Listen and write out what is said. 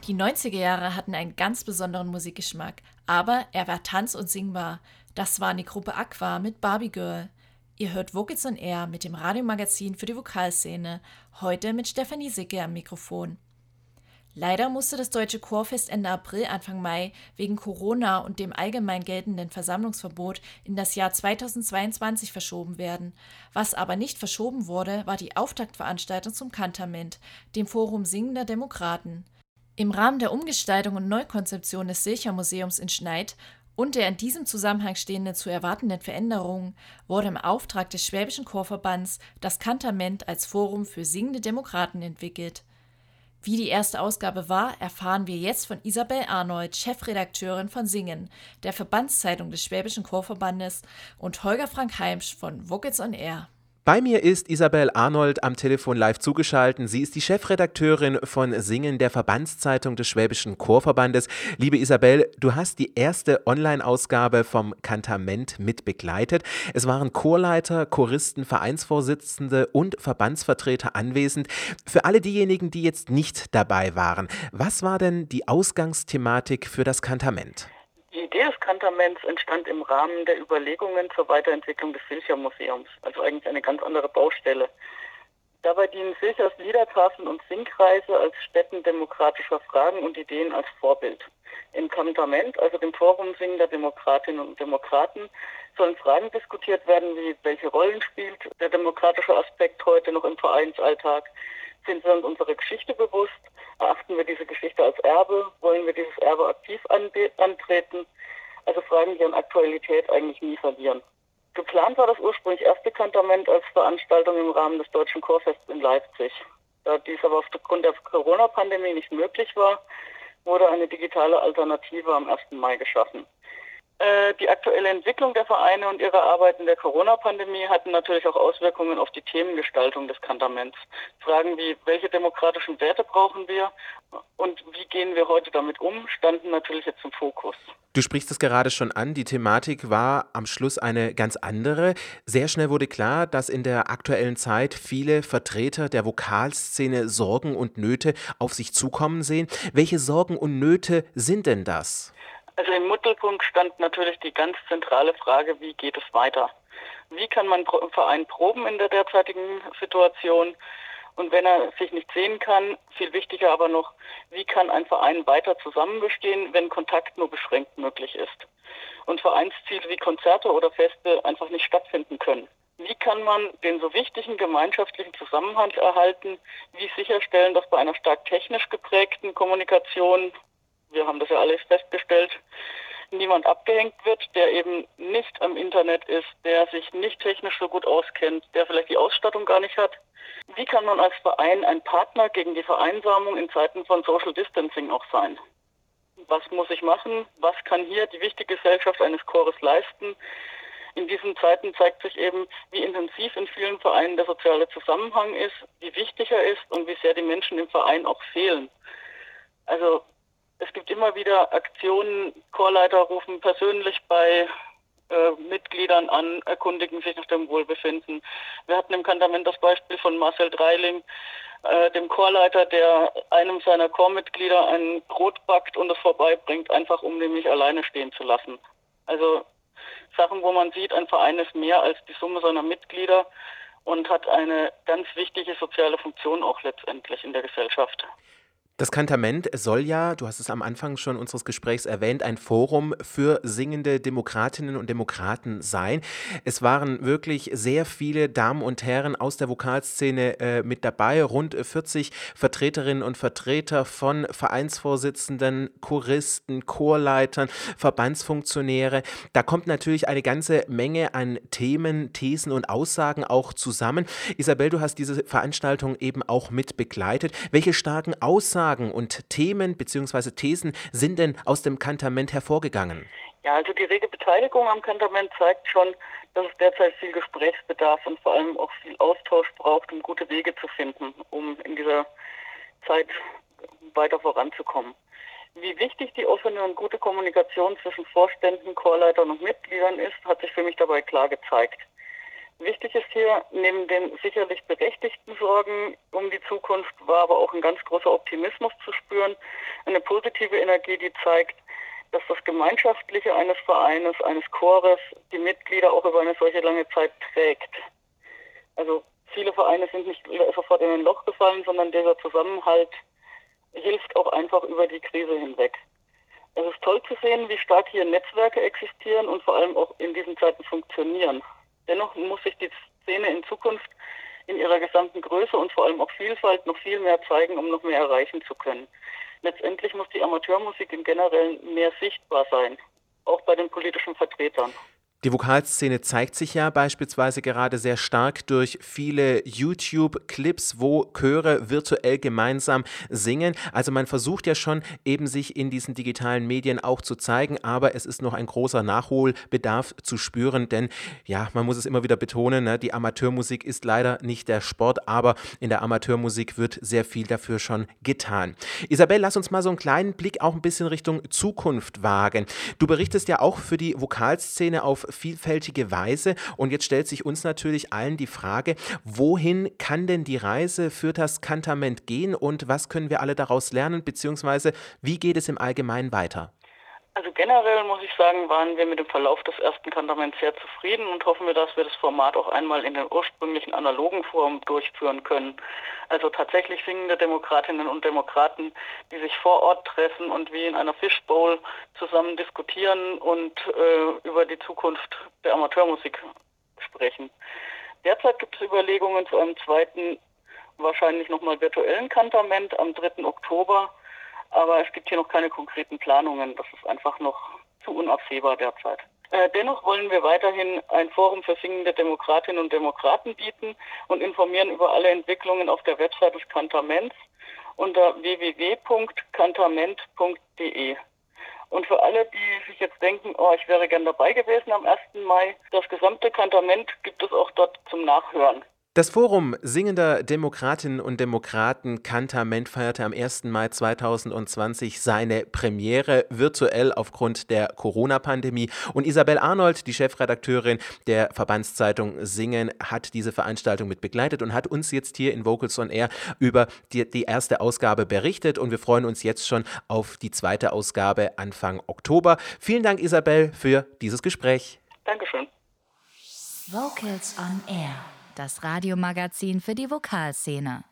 Die 90er Jahre hatten einen ganz besonderen Musikgeschmack, aber er war tanz- und singbar. Das war die Gruppe Aqua mit Barbie Girl. Ihr hört Vocals on Air mit dem Radiomagazin für die Vokalszene, heute mit Stefanie Sicke am Mikrofon. Leider musste das Deutsche Chorfest Ende April, Anfang Mai wegen Corona und dem allgemein geltenden Versammlungsverbot in das Jahr 2022 verschoben werden. Was aber nicht verschoben wurde, war die Auftaktveranstaltung zum Cantament, dem Forum Singender Demokraten. Im Rahmen der Umgestaltung und Neukonzeption des Silcher-Museums in Schneid und der in diesem Zusammenhang stehenden zu erwartenden Veränderungen wurde im Auftrag des Schwäbischen Chorverbands das Cantament als Forum für singende Demokraten entwickelt. Wie die erste Ausgabe war, erfahren wir jetzt von Isabel Arnold, Chefredakteurin von Singen, der Verbandszeitung des Schwäbischen Chorverbandes, und Holger Frank Heimsch von Vocals on Air. Bei mir ist Isabel Arnold am Telefon live zugeschaltet. Sie ist die Chefredakteurin von Singen, der Verbandszeitung des Schwäbischen Chorverbandes. Liebe Isabel, du hast die erste Online-Ausgabe vom Cantament mit begleitet. Es waren Chorleiter, Choristen, Vereinsvorsitzende und Verbandsvertreter anwesend. Für alle diejenigen, die jetzt nicht dabei waren, was war denn die Ausgangsthematik für das Cantament? Die Idee des Cantaments entstand im Rahmen der Überlegungen zur Weiterentwicklung des Silcher-Museums, also eigentlich eine ganz andere Baustelle. Dabei dienen Silchers Liedertafeln und Singkreise als Stätten demokratischer Fragen und Ideen als Vorbild. Im Cantament, also dem Forum singender Demokratinnen und Demokraten, sollen Fragen diskutiert werden, wie welche Rollen spielt der demokratische Aspekt heute noch im Vereinsalltag? Sind wir uns unserer Geschichte bewusst? Erachten wir diese Geschichte als Erbe? Wollen wir dieses Erbe aktiv antreten? Also Fragen, die an Aktualität eigentlich nie verlieren. Geplant war das ursprünglich erste Cantament als Veranstaltung im Rahmen des Deutschen Chorfests in Leipzig. Da dies aber aufgrund der Corona-Pandemie nicht möglich war, wurde eine digitale Alternative am 1. Mai geschaffen. Die aktuelle Entwicklung der Vereine und ihre Arbeit in der Corona-Pandemie hatten natürlich auch Auswirkungen auf die Themengestaltung des Cantaments. Fragen wie, welche demokratischen Werte brauchen wir und wie gehen wir heute damit um, standen natürlich jetzt im Fokus. Du sprichst es gerade schon an, die Thematik war am Schluss eine ganz andere. Sehr schnell wurde klar, dass in der aktuellen Zeit viele Vertreter der Vokalszene Sorgen und Nöte auf sich zukommen sehen. Welche Sorgen und Nöte sind denn das? Also im Mittelpunkt stand natürlich die ganz zentrale Frage, wie geht es weiter? Wie kann man im Verein proben in der derzeitigen Situation? Und wenn er sich nicht sehen kann, viel wichtiger aber noch, wie kann ein Verein weiter zusammen bestehen, wenn Kontakt nur beschränkt möglich ist? Und Vereinsziele wie Konzerte oder Feste einfach nicht stattfinden können. Wie kann man den so wichtigen gemeinschaftlichen Zusammenhalt erhalten? Wie sicherstellen, dass bei einer stark technisch geprägten Kommunikation, wir haben das ja alles festgestellt, niemand abgehängt wird, der eben nicht am Internet ist, der sich nicht technisch so gut auskennt, der vielleicht die Ausstattung gar nicht hat. Wie kann man als Verein ein Partner gegen die Vereinsamung in Zeiten von Social Distancing auch sein? Was muss ich machen? Was kann hier die wichtige Gesellschaft eines Chores leisten? In diesen Zeiten zeigt sich eben, wie intensiv in vielen Vereinen der soziale Zusammenhang ist, wie wichtig er ist und wie sehr die Menschen im Verein auch fehlen. Also es gibt immer wieder Aktionen, Chorleiter rufen persönlich bei Mitgliedern an, erkundigen sich nach dem Wohlbefinden. Wir hatten im Cantament das Beispiel von Marcel Dreiling, dem Chorleiter, der einem seiner Chormitglieder ein Brot backt und es vorbeibringt, einfach um den nicht alleine stehen zu lassen. Also Sachen, wo man sieht, ein Verein ist mehr als die Summe seiner Mitglieder und hat eine ganz wichtige soziale Funktion auch letztendlich in der Gesellschaft. Das Cantament soll ja, du hast es am Anfang schon unseres Gesprächs erwähnt, ein Forum für singende Demokratinnen und Demokraten sein. Es waren wirklich sehr viele Damen und Herren aus der Vokalszene mit dabei, rund 40 Vertreterinnen und Vertreter von Vereinsvorsitzenden, Choristen, Chorleitern, Verbandsfunktionäre. Da kommt natürlich eine ganze Menge an Themen, Thesen und Aussagen auch zusammen. Isabel, du hast diese Veranstaltung eben auch mit begleitet. Welche starken Aussagen und Themen bzw. Thesen sind denn aus dem Cantament hervorgegangen? Ja, also die rege Beteiligung am Cantament zeigt schon, dass es derzeit viel Gesprächsbedarf und vor allem auch viel Austausch braucht, um gute Wege zu finden, um in dieser Zeit weiter voranzukommen. Wie wichtig die offene und gute Kommunikation zwischen Vorständen, Chorleitern und Mitgliedern ist, hat sich für mich dabei klar gezeigt. Wichtig ist hier, neben den sicherlich berechtigten Sorgen um die Zukunft, war aber auch ein ganz großer Optimismus zu spüren, eine positive Energie, die zeigt, dass das Gemeinschaftliche eines Vereines, eines Chores, die Mitglieder auch über eine solche lange Zeit trägt. Also viele Vereine sind nicht sofort in ein Loch gefallen, sondern dieser Zusammenhalt hilft auch einfach über die Krise hinweg. Es ist toll zu sehen, wie stark hier Netzwerke existieren und vor allem auch in diesen Zeiten funktionieren. Dennoch muss sich die Szene in Zukunft in ihrer gesamten Größe und vor allem auch Vielfalt noch viel mehr zeigen, um noch mehr erreichen zu können. Letztendlich muss die Amateurmusik im Generellen mehr sichtbar sein, auch bei den politischen Vertretern. Die Vokalszene zeigt sich ja beispielsweise gerade sehr stark durch viele YouTube-Clips, wo Chöre virtuell gemeinsam singen. Also man versucht ja schon eben sich in diesen digitalen Medien auch zu zeigen, aber es ist noch ein großer Nachholbedarf zu spüren, denn ja, man muss es immer wieder betonen, ne, die Amateurmusik ist leider nicht der Sport, aber in der Amateurmusik wird sehr viel dafür schon getan. Isabel, lass uns mal so einen kleinen Blick auch ein bisschen Richtung Zukunft wagen. Du berichtest ja auch für die Vokalszene auf vielfältige Weise. Und jetzt stellt sich uns natürlich allen die Frage, wohin kann denn die Reise für das Cantament gehen und was können wir alle daraus lernen, beziehungsweise wie geht es im Allgemeinen weiter? Also generell muss ich sagen, waren wir mit dem Verlauf des ersten Kantaments sehr zufrieden und hoffen wir, dass wir das Format auch einmal in den ursprünglichen analogen Formen durchführen können. Also tatsächlich singende Demokratinnen und Demokraten, die sich vor Ort treffen und wie in einer Fishbowl zusammen diskutieren und über die Zukunft der Amateurmusik sprechen. Derzeit gibt es Überlegungen zu einem zweiten, wahrscheinlich nochmal virtuellen Cantament am 3. Oktober. Aber es gibt hier noch keine konkreten Planungen. Das ist einfach noch zu unabsehbar derzeit. Dennoch wollen wir weiterhin ein Forum für singende Demokratinnen und Demokraten bieten und informieren über alle Entwicklungen auf der Website des Cantaments unter www.cantament.de. Und für alle, die sich jetzt denken, oh, ich wäre gern dabei gewesen am 1. Mai, das gesamte Cantament gibt es auch dort zum Nachhören. Das Forum singender Demokratinnen und Demokraten Cantament feierte am 1. Mai 2020 seine Premiere virtuell aufgrund der Corona-Pandemie. Und Isabel Arnold, die Chefredakteurin der Verbandszeitung Singen, hat diese Veranstaltung mit begleitet und hat uns jetzt hier in Vocals on Air über die erste Ausgabe berichtet. Und wir freuen uns jetzt schon auf die zweite Ausgabe Anfang Oktober. Vielen Dank, Isabel, für dieses Gespräch. Dankeschön. Vocals on Air. Das Radiomagazin für die Vokalszene.